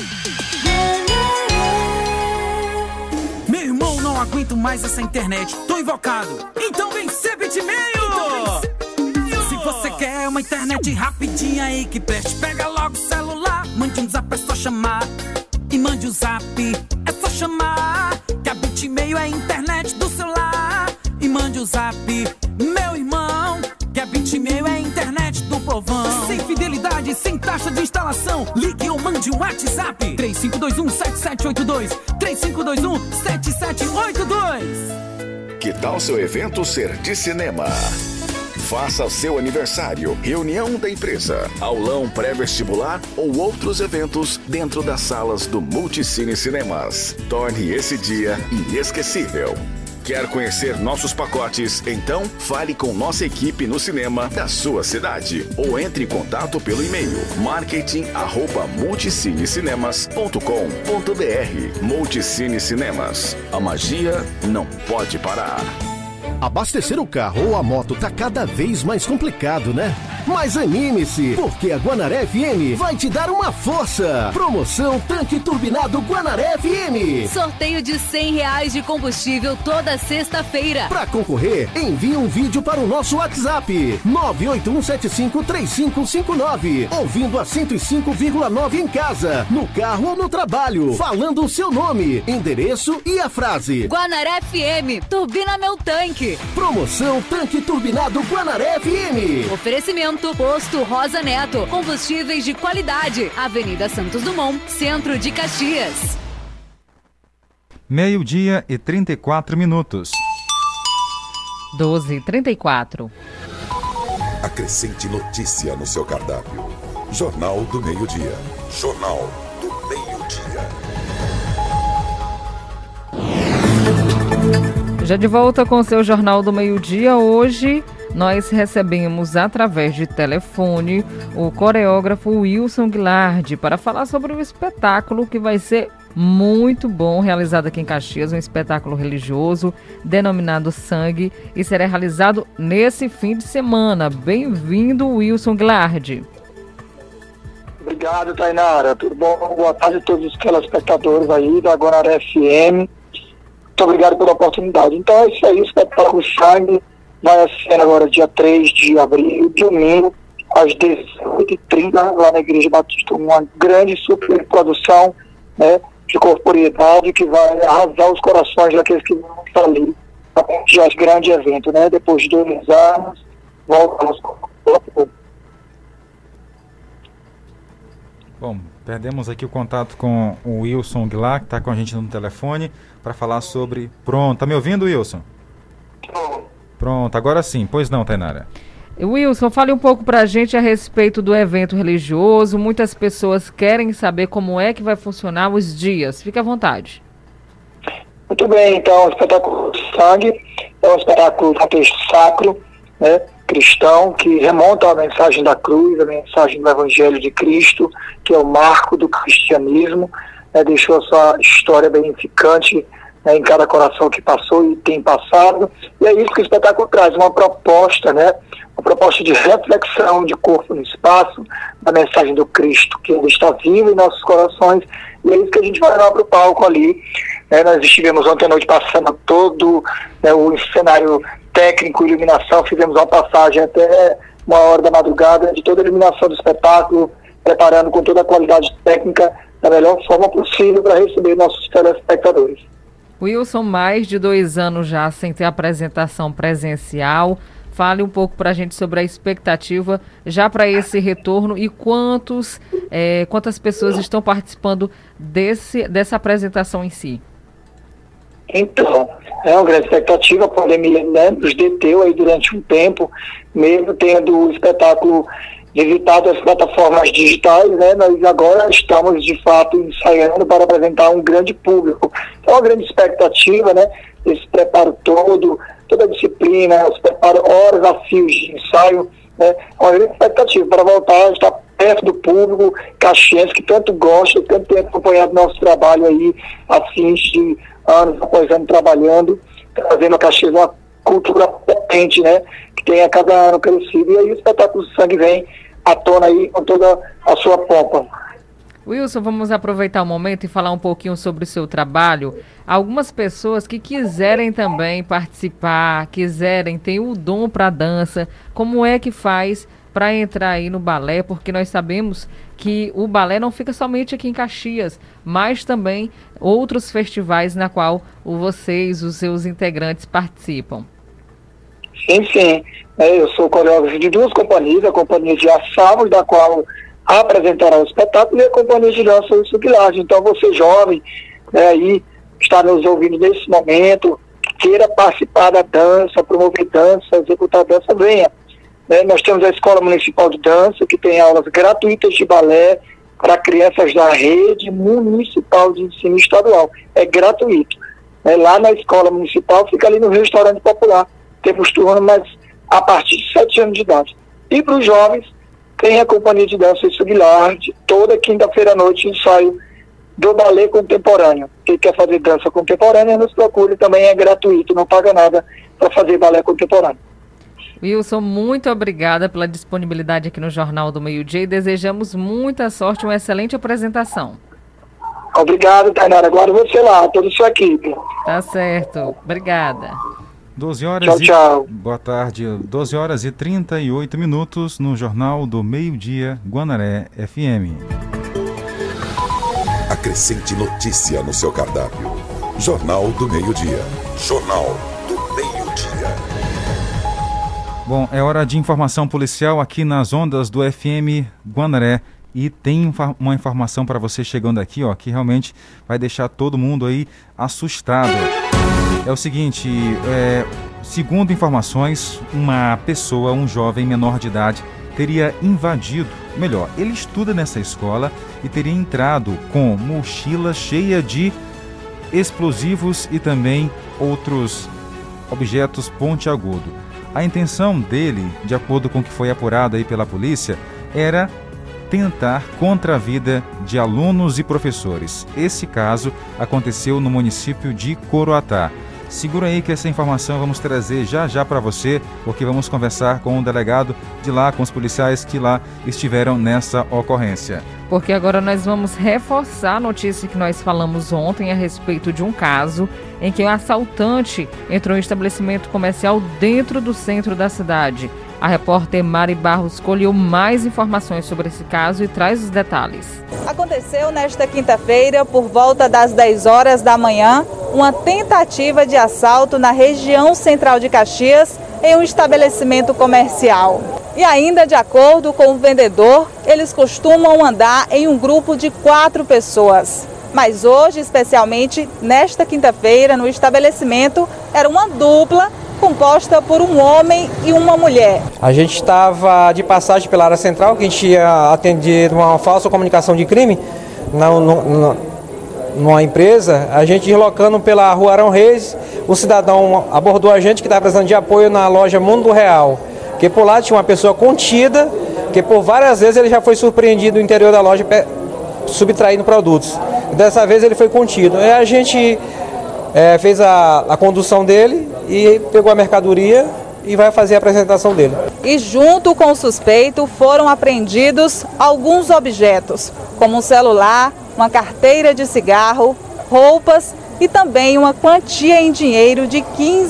Meu irmão, não aguento mais essa internet, tô invocado. Então vem ser Bitmail! Se você quer uma internet rapidinha aí que preste, pega logo o celular, mande um zap, é só chamar. E mande o zap, é só chamar. Que a Bitmail é a internet do celular. E mande o zap, meu irmão, que a Bitmail é a internet do povão. Sem fidelidade qualidade sem taxa de instalação. Ligue ou mande um WhatsApp. 3521-7782. 3521-7782. Que tal seu evento ser de cinema? Faça seu aniversário, reunião da empresa, aulão pré-vestibular ou outros eventos dentro das salas do Multicine Cinemas. Torne esse dia inesquecível. Quer conhecer nossos pacotes? Então fale com nossa equipe no cinema da sua cidade ou entre em contato pelo e-mail marketing@multicinecinemas.com.br. Multicine Cinemas. A magia não pode parar. Abastecer o carro ou a moto tá cada vez mais complicado, né? Mas anime-se, porque a Guanaré FM vai te dar uma força. Promoção Tanque Turbinado Guanaré FM. Sorteio de R$100 de combustível toda sexta-feira. Para concorrer, envie um vídeo para o nosso WhatsApp 981753559, ouvindo a 105,9 em casa, no carro ou no trabalho, falando o seu nome, endereço e a frase: Guanaré FM, turbina meu tanque. Promoção Tanque Turbinado Guanaré FM. Oferecimento Posto Rosa Neto, combustíveis de qualidade. Avenida Santos Dumont, Centro de Caxias. 12h34. 12h34. Acrescente notícia no seu cardápio. Jornal do Meio-Dia. Jornal do Meio-Dia. Já de volta com o seu Jornal do Meio-Dia. Hoje nós recebemos através de telefone o coreógrafo Wilson Guilard para falar sobre um espetáculo que vai ser muito bom, realizado aqui em Caxias, um espetáculo religioso denominado Sangue, e será realizado nesse fim de semana. Bem-vindo, Wilson Guilard. Obrigado, Tainara. Tudo bom? Boa tarde a todos os telespectadores aí da Guanaré FM. Muito obrigado pela oportunidade. Então é isso aí, o espetáculo Sangue vai ser agora dia 3 de abril, domingo, às 18h30, lá na Igreja Batista. Uma grande super produção, né, de corporeidade que vai arrasar os corações daqueles que vão estar ali já os grandes eventos, né? Depois de 2 anos, voltamos com o Bom, perdemos aqui o contato com o Wilson Guilard, que está com a gente no telefone, para falar sobre... Pronto, tá me ouvindo, Wilson? Pronto, agora sim. Pois não, Tainara? Wilson, fale um pouco para a gente a respeito do evento religioso. Muitas pessoas querem saber como é que vai funcionar os dias. Fique à vontade. Muito bem, então, o espetáculo de Sangue é um espetáculo de texto sacro, né, cristão, que remonta à mensagem da cruz, a mensagem do Evangelho de Cristo, que é o marco do cristianismo, né, deixou a sua história beneficante, né, em cada coração que passou e tem passado. E é isso que o espetáculo traz, uma proposta, né, uma proposta de reflexão de corpo no espaço, da mensagem do Cristo, que ele está vivo em nossos corações, e é isso que a gente vai levar para o palco ali. Nós estivemos ontem à noite passando todo, né, o cenário técnico, iluminação, fizemos uma passagem até 1h da madrugada de toda a iluminação do espetáculo, preparando com toda a qualidade técnica da melhor forma possível para receber nossos telespectadores. Wilson, mais de 2 anos já sem ter apresentação presencial. Fale um pouco para a gente sobre a expectativa já para esse retorno e quantas pessoas estão participando dessa apresentação em si. Então, é uma grande expectativa. A pandemia, né, nos deteu aí durante um tempo, mesmo tendo o espetáculo visitado as plataformas digitais, né, nós agora estamos de fato ensaiando para apresentar um grande público. Então, uma grande expectativa, né, esse preparo todo, toda a disciplina, os preparos, horas a fios de ensaio, né, uma grande expectativa para voltar a estar perto do público caxiense que tanto gosta, tanto tem acompanhado nosso trabalho aí há fins de anos após ano trabalhando, trazendo a Caxias uma cultura potente, né, que tem a cada ano crescido, e aí o espetáculo Sangue vem à tona aí com toda a sua pompa. Wilson, vamos aproveitar o momento e falar um pouquinho sobre o seu trabalho. Algumas pessoas que quiserem também participar, têm o dom para dança, como é que faz para entrar aí no balé? Porque nós sabemos que o balé não fica somente aqui em Caxias, mas também outros festivais na qual vocês, os seus integrantes, participam. Sim. Eu sou coreógrafo de 2 companhias, a companhia de Assavos, da qual apresentará o espetáculo e a companhia de dança o Suguilard. Então você jovem, né, aí está nos ouvindo nesse momento, queira participar da dança, promover dança, executar dança, venha. Né? Nós temos a Escola Municipal de Dança, que tem aulas gratuitas de balé para crianças da rede municipal de ensino estadual. É gratuito. Né? Lá na Escola Municipal, fica ali no Restaurante Popular. Temos turmas a partir de 7 anos de idade. E para os jovens, tem a companhia de dança Suguilard, toda quinta-feira à noite, ensaio do balé contemporâneo. Quem quer fazer dança contemporânea, nos procure, também é gratuito, não paga nada para fazer balé contemporâneo. Wilson, muito obrigada pela disponibilidade aqui no Jornal do Meio-Dia e desejamos muita sorte e uma excelente apresentação. Obrigado, Tainara. Agora você lá, toda a sua equipe. Tá certo. Obrigada. 12 horas tchau, tchau. Boa tarde. 12 horas e 38 minutos no Jornal do Meio-Dia, Guanaré FM. Acrescente notícia no seu cardápio. Jornal do Meio-Dia. Jornal do Meio-Dia. Bom, é hora de informação policial aqui nas ondas do FM Guanaré. E tem uma informação para você chegando aqui, ó, que realmente vai deixar todo mundo aí assustado. É o seguinte, segundo informações, uma pessoa, um jovem menor de idade, teria invadido, melhor, ele estuda nessa escola e teria entrado com mochila cheia de explosivos e também outros objetos pontiagudos. A intenção dele, de acordo com o que foi apurado aí pela polícia, era tentar contra a vida de alunos e professores. Esse caso aconteceu no município de Coroatá. Segura aí que essa informação vamos trazer já para você, porque vamos conversar com o delegado de lá, com os policiais que lá estiveram nessa ocorrência. Porque agora nós vamos reforçar a notícia que nós falamos ontem a respeito de um caso em que um assaltante entrou em um estabelecimento comercial dentro do centro da cidade. A repórter Mari Barros colheu mais informações sobre esse caso e traz os detalhes. Aconteceu nesta quinta-feira, por volta das 10 horas da manhã, uma tentativa de assalto na região central de Caxias, em um estabelecimento comercial. E ainda de acordo com o vendedor, eles costumam andar em um grupo de 4 pessoas. Mas hoje, especialmente nesta quinta-feira, no estabelecimento, era uma dupla composta por um homem e uma mulher. A gente estava de passagem pela área central, que a gente ia atender uma falsa comunicação de crime numa empresa. A gente deslocando pela rua Arão Reis, o cidadão abordou a gente que estava precisando de apoio na loja Mundo Real, que por lá tinha uma pessoa contida, que por várias vezes ele já foi surpreendido no interior da loja subtraindo produtos. Dessa vez ele foi contido. Aí a gente fez a condução dele e pegou a mercadoria e vai fazer a apresentação dele. E junto com o suspeito foram apreendidos alguns objetos, como um celular, uma carteira de cigarro, roupas e também uma quantia em dinheiro de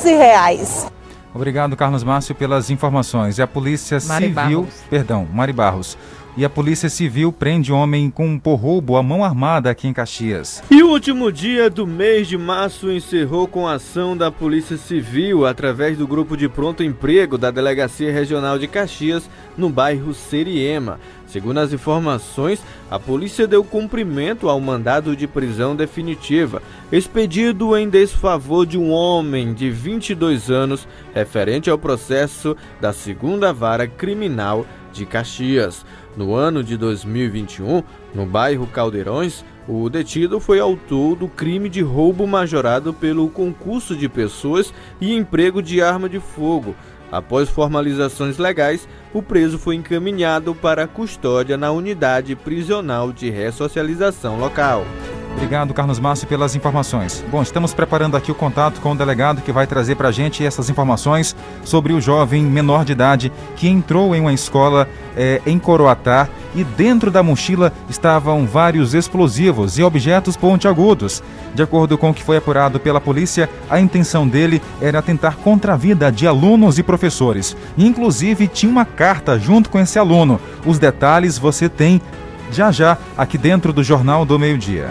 R$15. Obrigado, Carlos Márcio, pelas informações. E a Polícia Civil... Mari Barros. E a Polícia Civil prende homem por roubo à mão armada aqui em Caxias. E o último dia do mês de março encerrou com a ação da Polícia Civil através do Grupo de Pronto Emprego da Delegacia Regional de Caxias, no bairro Seriema. Segundo as informações, a polícia deu cumprimento ao mandado de prisão definitiva, expedido em desfavor de um homem de 22 anos, referente ao processo da 2ª Vara Criminal de Caxias. No ano de 2021, no bairro Caldeirões, o detido foi autor do crime de roubo majorado pelo concurso de pessoas e emprego de arma de fogo. Após formalizações legais, o preso foi encaminhado para a custódia na unidade prisional de ressocialização local. Obrigado, Carlos Márcio, pelas informações. Bom, estamos preparando aqui o contato com o delegado que vai trazer para a gente essas informações sobre o jovem menor de idade que entrou em uma escola em Coroatá e dentro da mochila estavam vários explosivos e objetos pontiagudos. De acordo com o que foi apurado pela polícia, a intenção dele era tentar contra a vida de alunos e professores. Inclusive, tinha uma carta junto com esse aluno. Os detalhes você tem já aqui dentro do Jornal do Meio-Dia.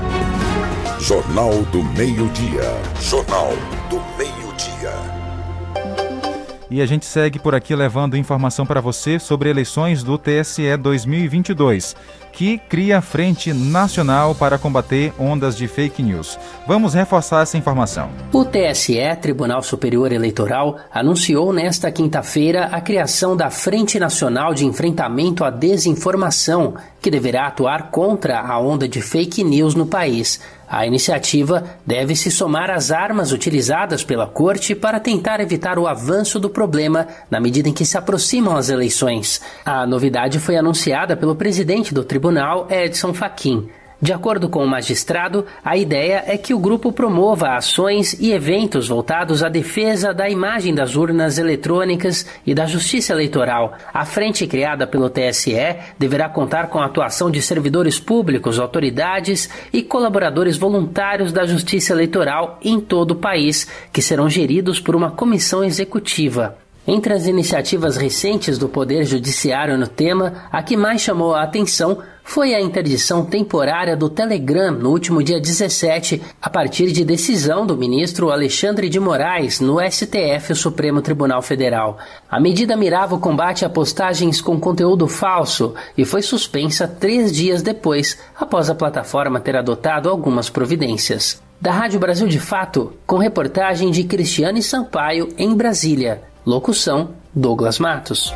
Jornal do Meio-Dia. Jornal do Meio-Dia. E a gente segue por aqui levando informação para você sobre eleições do TSE 2022, que cria a Frente Nacional para combater ondas de fake news. Vamos reforçar essa informação. O TSE, Tribunal Superior Eleitoral, anunciou nesta quinta-feira a criação da Frente Nacional de Enfrentamento à Desinformação, que deverá atuar contra a onda de fake news no país. A iniciativa deve se somar às armas utilizadas pela Corte para tentar evitar o avanço do problema na medida em que se aproximam as eleições. A novidade foi anunciada pelo presidente do tribunal, Edson Fachin. De acordo com o magistrado, a ideia é que o grupo promova ações e eventos voltados à defesa da imagem das urnas eletrônicas e da justiça eleitoral. A frente criada pelo TSE deverá contar com a atuação de servidores públicos, autoridades e colaboradores voluntários da justiça eleitoral em todo o país, que serão geridos por uma comissão executiva. Entre as iniciativas recentes do Poder Judiciário no tema, a que mais chamou a atenção foi a interdição temporária do Telegram no último dia 17, a partir de decisão do ministro Alexandre de Moraes no STF, o Supremo Tribunal Federal. A medida mirava o combate a postagens com conteúdo falso e foi suspensa 3 dias depois, após a plataforma ter adotado algumas providências. Da Rádio Brasil de Fato, com reportagem de Cristiane Sampaio em Brasília. Locução, Douglas Matos.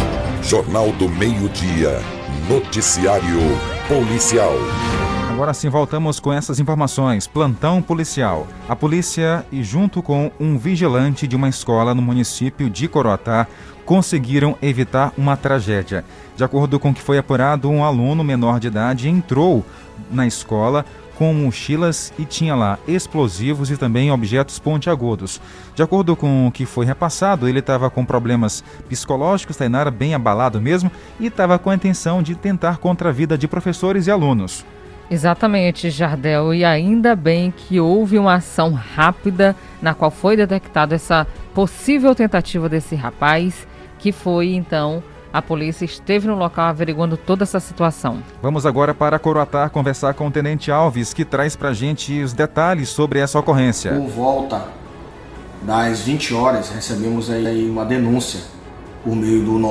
Jornal do Meio-Dia. Noticiário Policial. Agora sim, voltamos com essas informações. Plantão policial. A polícia e junto com um vigilante de uma escola no município de Coroatá conseguiram evitar uma tragédia. De acordo com o que foi apurado, um aluno menor de idade entrou na escola com mochilas e tinha lá explosivos e também objetos pontiagudos. De acordo com o que foi repassado, ele estava com problemas psicológicos, Tainara, bem abalado mesmo, e estava com a intenção de tentar contra a vida de professores e alunos. Exatamente, Jardel, e ainda bem que houve uma ação rápida na qual foi detectada essa possível tentativa desse rapaz, que foi então... A polícia esteve no local averiguando toda essa situação. Vamos agora para Coroatá conversar com o Tenente Alves, que traz para a gente os detalhes sobre essa ocorrência. Por volta das 20 horas, recebemos aí uma denúncia por meio do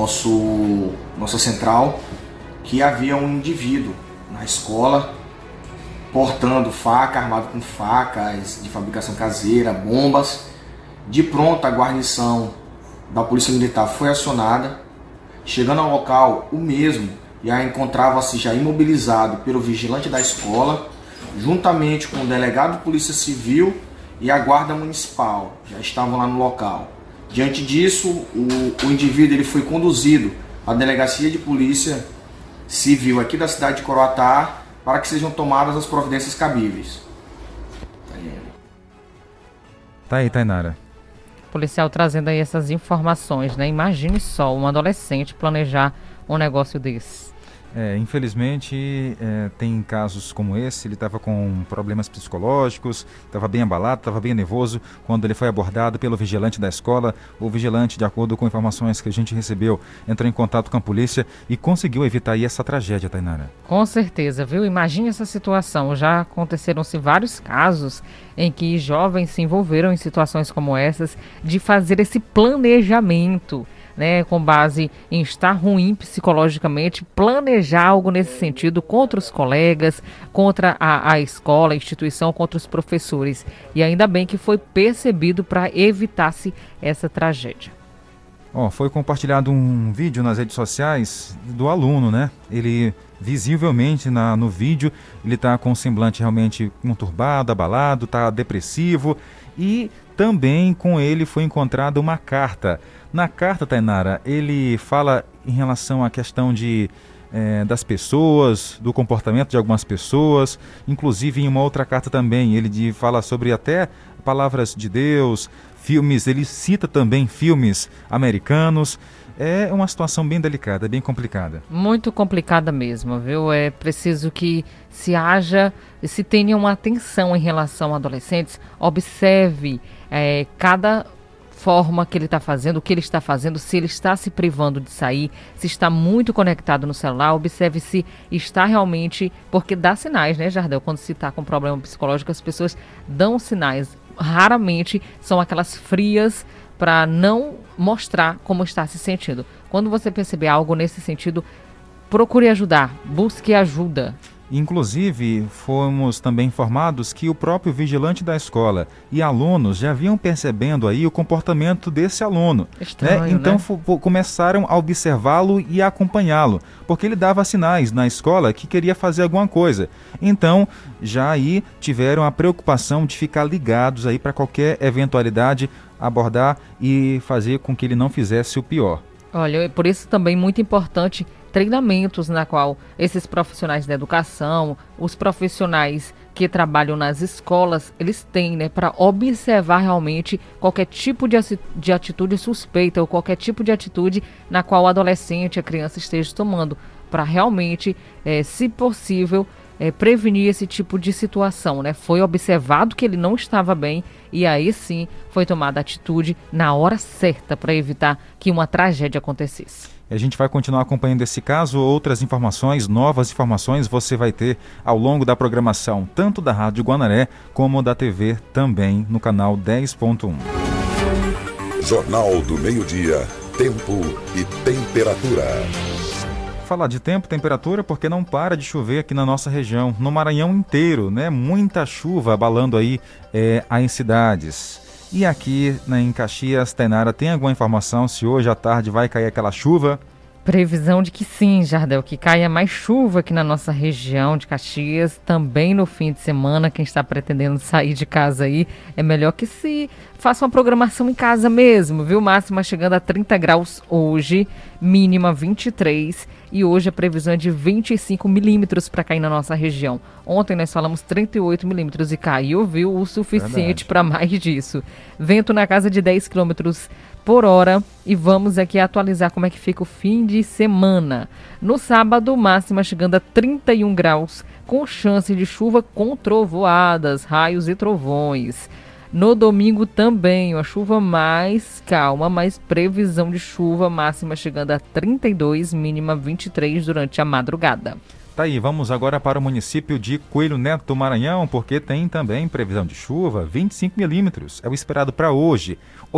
nossa central que havia um indivíduo na escola portando faca, armado com facas de fabricação caseira, bombas. De pronto, a guarnição da Polícia Militar foi acionada. Chegando ao local, o mesmo já encontrava-se já imobilizado pelo vigilante da escola, juntamente com o delegado de Polícia Civil e a Guarda Municipal, já estavam lá no local. Diante disso, o indivíduo ele foi conduzido à Delegacia de Polícia Civil aqui da cidade de Coroatá para que sejam tomadas as providências cabíveis. Tá aí, Tainara. Policial trazendo aí essas informações, né? Imagine só um adolescente planejar um negócio desse. Infelizmente, tem casos como esse. Ele estava com problemas psicológicos, estava bem abalado, estava bem nervoso quando ele foi abordado pelo vigilante da escola. O vigilante, de acordo com informações que a gente recebeu, entrou em contato com a polícia e conseguiu evitar aí essa tragédia, Tainara. Com certeza, viu? Imagine essa situação. Já aconteceram-se vários casos em que jovens se envolveram em situações como essas, de fazer esse planejamento, né, com base em estar ruim psicologicamente, planejar algo nesse sentido contra os colegas, contra a escola, a instituição, contra os professores. E ainda bem que foi percebido para evitar-se essa tragédia. Foi compartilhado um vídeo nas redes sociais do aluno, né? Ele, visivelmente no vídeo, ele está com um semblante realmente conturbado, abalado, está depressivo, e também com ele foi encontrada uma carta. Na carta, Tainara, ele fala em relação à questão das pessoas, do comportamento de algumas pessoas, inclusive em uma outra carta também, ele fala sobre até palavras de Deus, filmes, ele cita também filmes americanos. É uma situação bem delicada, bem complicada. Muito complicada mesmo, viu? É preciso que se tenha uma atenção em relação a adolescentes, observe cada forma que ele está fazendo, o que ele está fazendo, se ele está se privando de sair, se está muito conectado no celular, observe se está realmente, porque dá sinais, né, Jardel? Quando se está com problema psicológico, as pessoas dão sinais, raramente são aquelas frias para não mostrar como está se sentindo. Quando você perceber algo nesse sentido, procure ajudar, busque ajuda. Inclusive, fomos também informados que o próprio vigilante da escola e alunos já vinham percebendo aí o comportamento desse aluno. Estranho, né? Então né? Começaram a observá-lo e a acompanhá-lo, porque ele dava sinais na escola que queria fazer alguma coisa. Então, já aí tiveram a preocupação de ficar ligados aí para qualquer eventualidade, abordar e fazer com que ele não fizesse o pior. Olha, por isso também muito importante treinamentos na qual esses profissionais da educação, os profissionais que trabalham nas escolas, eles têm, né, para observar realmente qualquer tipo de atitude suspeita ou qualquer tipo de atitude na qual o adolescente, a criança esteja tomando, para realmente, se possível, prevenir esse tipo de situação, né? Foi observado que ele não estava bem e aí sim foi tomada atitude na hora certa para evitar que uma tragédia acontecesse. A gente vai continuar acompanhando esse caso. Outras informações, novas informações você vai ter ao longo da programação, tanto da Rádio Guanaré como da TV também no canal 10.1. Jornal do Meio-Dia, tempo e temperatura. Falar de tempo, temperatura, porque não para de chover aqui na nossa região, no Maranhão inteiro, né? Muita chuva abalando aí as cidades. E aqui em Caxias, Tainara, tem alguma informação se hoje à tarde vai cair aquela chuva? Previsão de que sim, Jardel, que caia mais chuva aqui na nossa região de Caxias, também no fim de semana. Quem está pretendendo sair de casa aí, é melhor que se faça uma programação em casa mesmo, viu? Máxima chegando a 30 graus hoje, mínima 23, e hoje a previsão é de 25 milímetros para cair na nossa região. Ontem nós falamos 38 milímetros e caiu, viu? O suficiente para mais disso. Vento na casa de 10 quilômetros por hora, e vamos aqui atualizar como é que fica o fim de semana. No sábado, máxima chegando a 31 graus, com chance de chuva com trovoadas, raios e trovões. No domingo também, uma chuva mais calma, mas previsão de chuva, máxima chegando a 32, mínima 23 durante a madrugada. Tá aí, vamos agora para o município de Coelho Neto do Maranhão, porque tem também previsão de chuva, 25 milímetros. É o esperado para hoje.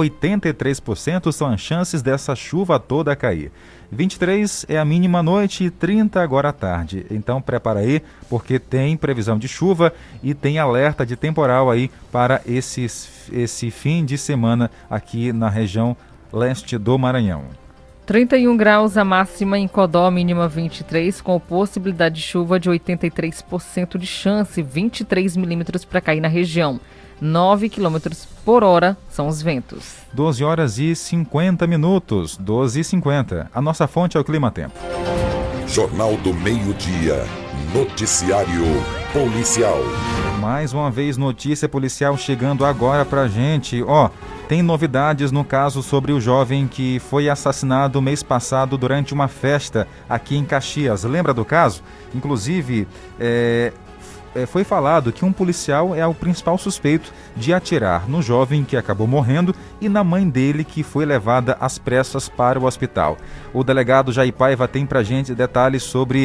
83% são as chances dessa chuva toda cair. 23 é a mínima à noite e 30 agora à tarde. Então prepara aí, porque tem previsão de chuva e tem alerta de temporal aí para esse fim de semana aqui na região leste do Maranhão. 31 graus a máxima em Codó, mínima 23, com possibilidade de chuva de 83% de chance, 23 milímetros para cair na região. 9 quilômetros por hora são os ventos. 12 horas e 50 minutos, 12h50. A nossa fonte é o Clima Tempo. Jornal do Meio-Dia, noticiário policial. Mais uma vez, notícia policial chegando agora pra gente. Tem novidades no caso sobre o jovem que foi assassinado mês passado durante uma festa aqui em Caxias. Lembra do caso? Inclusive, foi falado que um policial é o principal suspeito de atirar no jovem que acabou morrendo e na mãe dele, que foi levada às pressas para o hospital. O delegado Jair Paiva tem pra gente detalhes sobre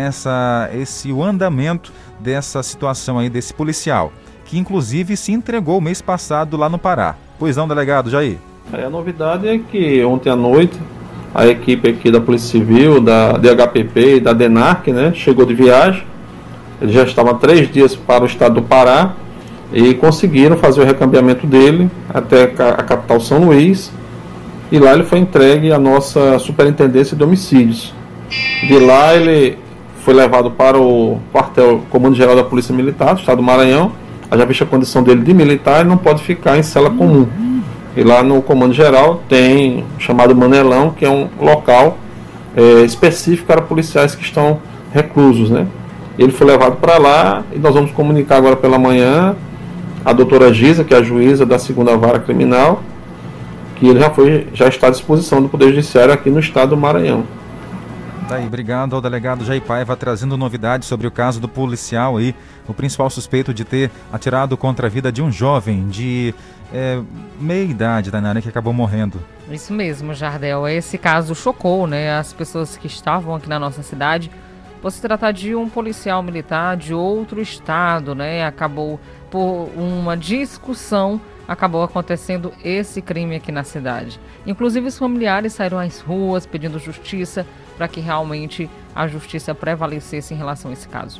o andamento dessa situação aí desse policial, que inclusive se entregou mês passado lá no Pará. Pois não, delegado Jair? A novidade é que ontem à noite a equipe aqui da Polícia Civil, da DHPP e da DENARC, né, chegou de viagem. Ele já estava 3 dias para o estado do Pará e conseguiram fazer o recambiamento dele até a capital São Luís, e lá ele foi entregue à nossa Superintendência de Homicídios. De lá ele foi levado para o quartel Comando Geral da Polícia Militar do estado do Maranhão. Já vista a condição dele de militar, ele não pode ficar em cela comum. E lá no Comando Geral tem chamado Manelão, que é um local específico para policiais que estão reclusos, né? Ele foi levado para lá e nós vamos comunicar agora pela manhã a doutora Giza, que é a juíza da 2ª Vara Criminal, que ele já está à disposição do Poder Judiciário aqui no estado do Maranhão. Daí, obrigado ao delegado Jair Paiva, trazendo novidades sobre o caso do policial aí, o principal suspeito de ter atirado contra a vida de um jovem de meia idade, Tainara, que acabou morrendo. Isso mesmo, Jardel. Esse caso chocou, né, as pessoas que estavam aqui na nossa cidade, por se tratar de um policial militar de outro estado, né? Acabou por uma discussão, acabou acontecendo esse crime aqui na cidade. Inclusive, os familiares saíram às ruas pedindo justiça para que realmente a justiça prevalecesse em relação a esse caso.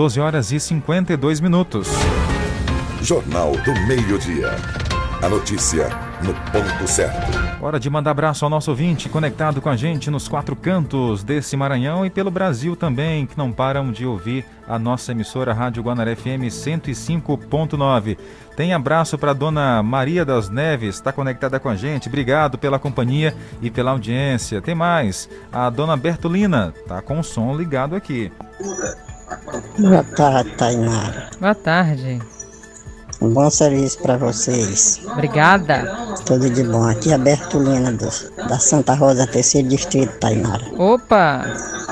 12h52. Jornal do Meio-Dia. A notícia no ponto certo. Hora de mandar abraço ao nosso ouvinte conectado com a gente nos 4 cantos desse Maranhão e pelo Brasil também, que não param de ouvir a nossa emissora Rádio Guanaré FM 105.9. Tem abraço para a dona Maria das Neves, está conectada com a gente. Obrigado pela companhia e pela audiência. Tem mais, a dona Bertolina está com o som ligado aqui. Boa tarde, Tainara. Boa tarde. Um bom serviço para vocês. Obrigada. Tudo de bom. Aqui é a Bertolina da Santa Rosa, 3º Distrito, Tainara. Opa!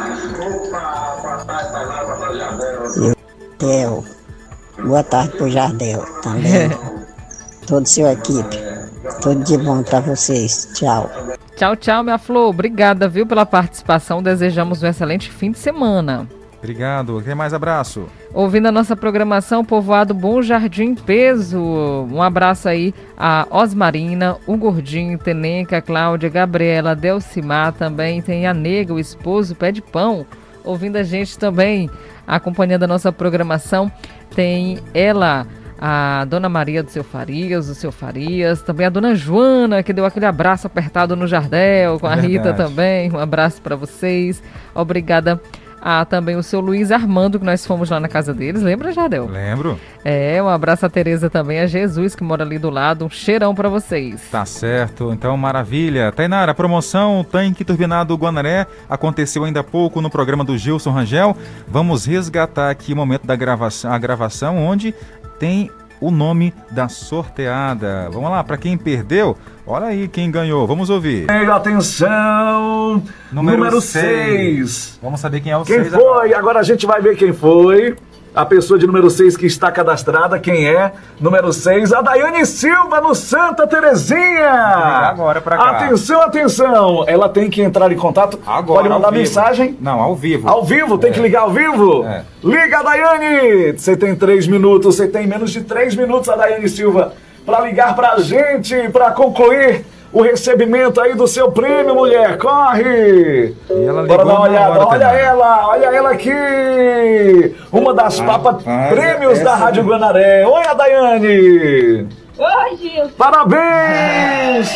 E o Jardel. Boa tarde pro Jardel também. Toda a sua equipe. Tudo de bom para vocês. Tchau. Tchau, tchau, minha flor. Obrigada, viu, pela participação. Desejamos um excelente fim de semana. Obrigado. Quer mais abraço? Ouvindo a nossa programação, povoado Bom Jardim Peso. Um abraço aí a Osmarina, o Gordinho, Tenenca, Cláudia, Gabriela, Delcimar também. Tem a Nega, o esposo, Pé de Pão. Ouvindo a gente também, acompanhando a nossa programação, tem ela, a Dona Maria do Seu Farias, também a Dona Joana, que deu aquele abraço apertado no Jardel, com a Rita também. Um abraço para vocês. Obrigada. Também o seu Luiz Armando, que nós fomos lá na casa deles, lembra, Jardel? Lembro. Um abraço a Tereza também, a Jesus, que mora ali do lado, um cheirão pra vocês. Tá certo, então maravilha. Tainara, a promoção Tanque Turbinado Guanaré aconteceu ainda há pouco no programa do Gilson Rangel. Vamos resgatar aqui o momento da gravação, onde tem o nome da sorteada. Vamos lá, para quem perdeu, olha aí quem ganhou, vamos ouvir. Atenção, número 6. Vamos saber quem é o 6. Quem foi? Agora a gente vai ver quem foi. A pessoa de número 6 que está cadastrada, quem é? Número 6, a Daiane Silva, no Santa Terezinha. Agora pra cá. Atenção, atenção. Ela tem que entrar em contato. Agora, pode mandar mensagem? Não, ao vivo. Ao vivo? Tem que ligar ao vivo? Liga, Daiane. Você tem 3 minutos, você tem menos de 3 minutos, a Daiane Silva, para ligar pra gente, para concluir o recebimento aí do seu prêmio, mulher. Corre! E ela bora dar uma olhada. Olha ela aqui. Uma das papas prêmios da Rádio Guanaré. Oi, a Daiane. Oi, Gilson. Parabéns!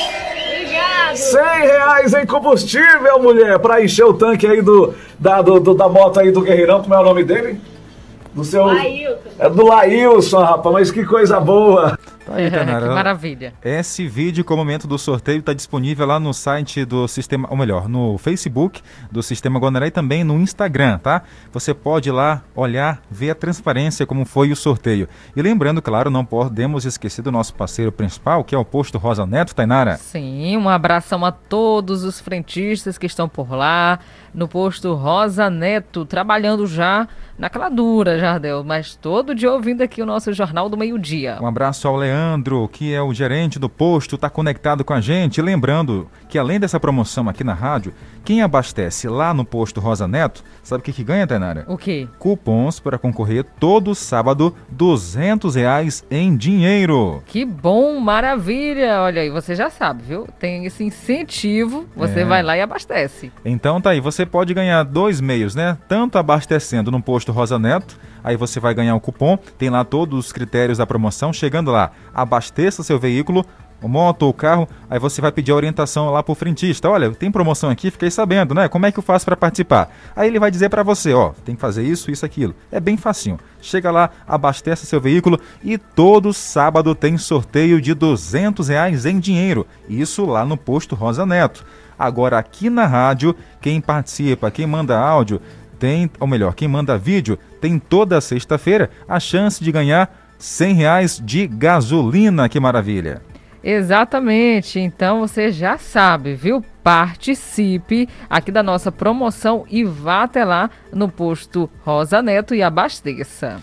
Obrigado. R$100 em combustível, mulher, para encher o tanque aí da moto aí do Guerreirão. Como é o nome dele? Do seu... Laílson. É do Laílson, rapaz, mas que coisa boa. Tá aí, Tainara. Que maravilha. Esse vídeo com o momento do sorteio está disponível lá no site do Sistema, ou melhor, no Facebook do Sistema Guanaré e também no Instagram, tá? Você pode ir lá olhar, ver a transparência como foi o sorteio. E lembrando, claro, não podemos esquecer do nosso parceiro principal, que é o Posto Rosa Neto, Tainara. Sim, um abração a todos os frentistas que estão por lá, no Posto Rosa Neto, trabalhando já naquela dura, Jardel, mas todo dia ouvindo aqui o nosso Jornal do Meio-Dia. Um abraço ao Leandro, que é o gerente do posto, está conectado com a gente. Lembrando que além dessa promoção aqui na rádio, quem abastece lá no Posto Rosa Neto, sabe o que ganha, Tainara? O quê? Cupons para concorrer todo sábado, R$200 em dinheiro. Que bom, maravilha! Olha aí, você já sabe, viu? Tem esse incentivo, você vai lá e abastece. Então tá aí, você pode ganhar 2 meios, né? Tanto abastecendo no Posto Rosa Neto, aí você vai ganhar um cupom, tem lá todos os critérios da promoção. Chegando lá, abasteça seu veículo, moto ou carro, aí você vai pedir a orientação lá pro frentista. Olha, tem promoção aqui, fiquei sabendo, né? Como é que eu faço para participar? Aí ele vai dizer para você, ó, tem que fazer isso, aquilo. É bem facinho. Chega lá, abastece seu veículo e todo sábado tem sorteio de R$200 em dinheiro. Isso lá no Posto Rosa Neto. Agora aqui na rádio, quem participa, quem manda áudio, quem manda vídeo, tem toda sexta-feira a chance de ganhar R$100 de gasolina. Que maravilha! Exatamente, então você já sabe, viu? Participe aqui da nossa promoção e vá até lá no Posto Rosa Neto e abasteça.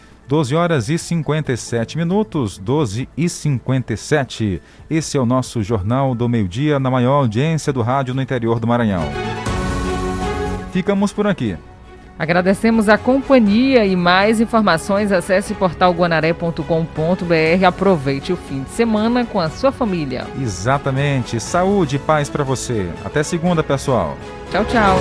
12h57, 12h57. Esse é o nosso Jornal do Meio-Dia, na maior audiência do rádio no interior do Maranhão. Ficamos por aqui. Agradecemos a companhia e mais informações, acesse portalguanaré.com.br. Aproveite o fim de semana com a sua família. Exatamente. Saúde e paz para você. Até segunda, pessoal. Tchau, tchau.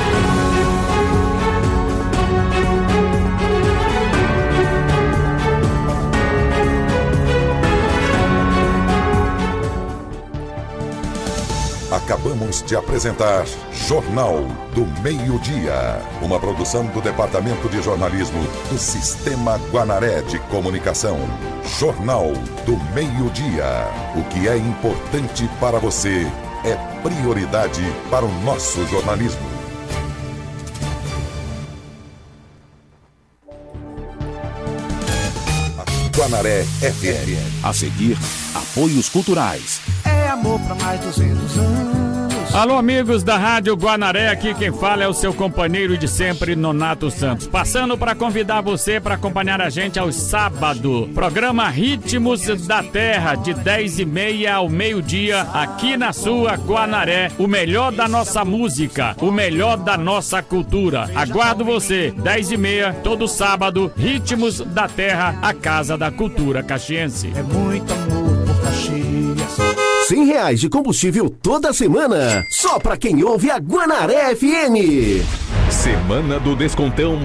Acabamos de apresentar Jornal do Meio-Dia, uma produção do Departamento de Jornalismo do Sistema Guanaré de Comunicação. Jornal do Meio-Dia. O que é importante para você é prioridade para o nosso jornalismo. Guanaré FM. A seguir, apoios culturais. É amor para mais 200 anos. Alô, amigos da Rádio Guanaré, aqui quem fala é o seu companheiro de sempre, Nonato Santos. Passando para convidar você para acompanhar a gente aos sábados. Programa Ritmos da Terra, de 10h30 ao meio-dia, aqui na sua Guanaré. O melhor da nossa música, o melhor da nossa cultura. Aguardo você, 10h30, todo sábado, Ritmos da Terra, a Casa da Cultura Caxiense. É muito amor por Caxias. R$100 de combustível toda semana, só pra quem ouve a Guanaré FM. Semana do Descontão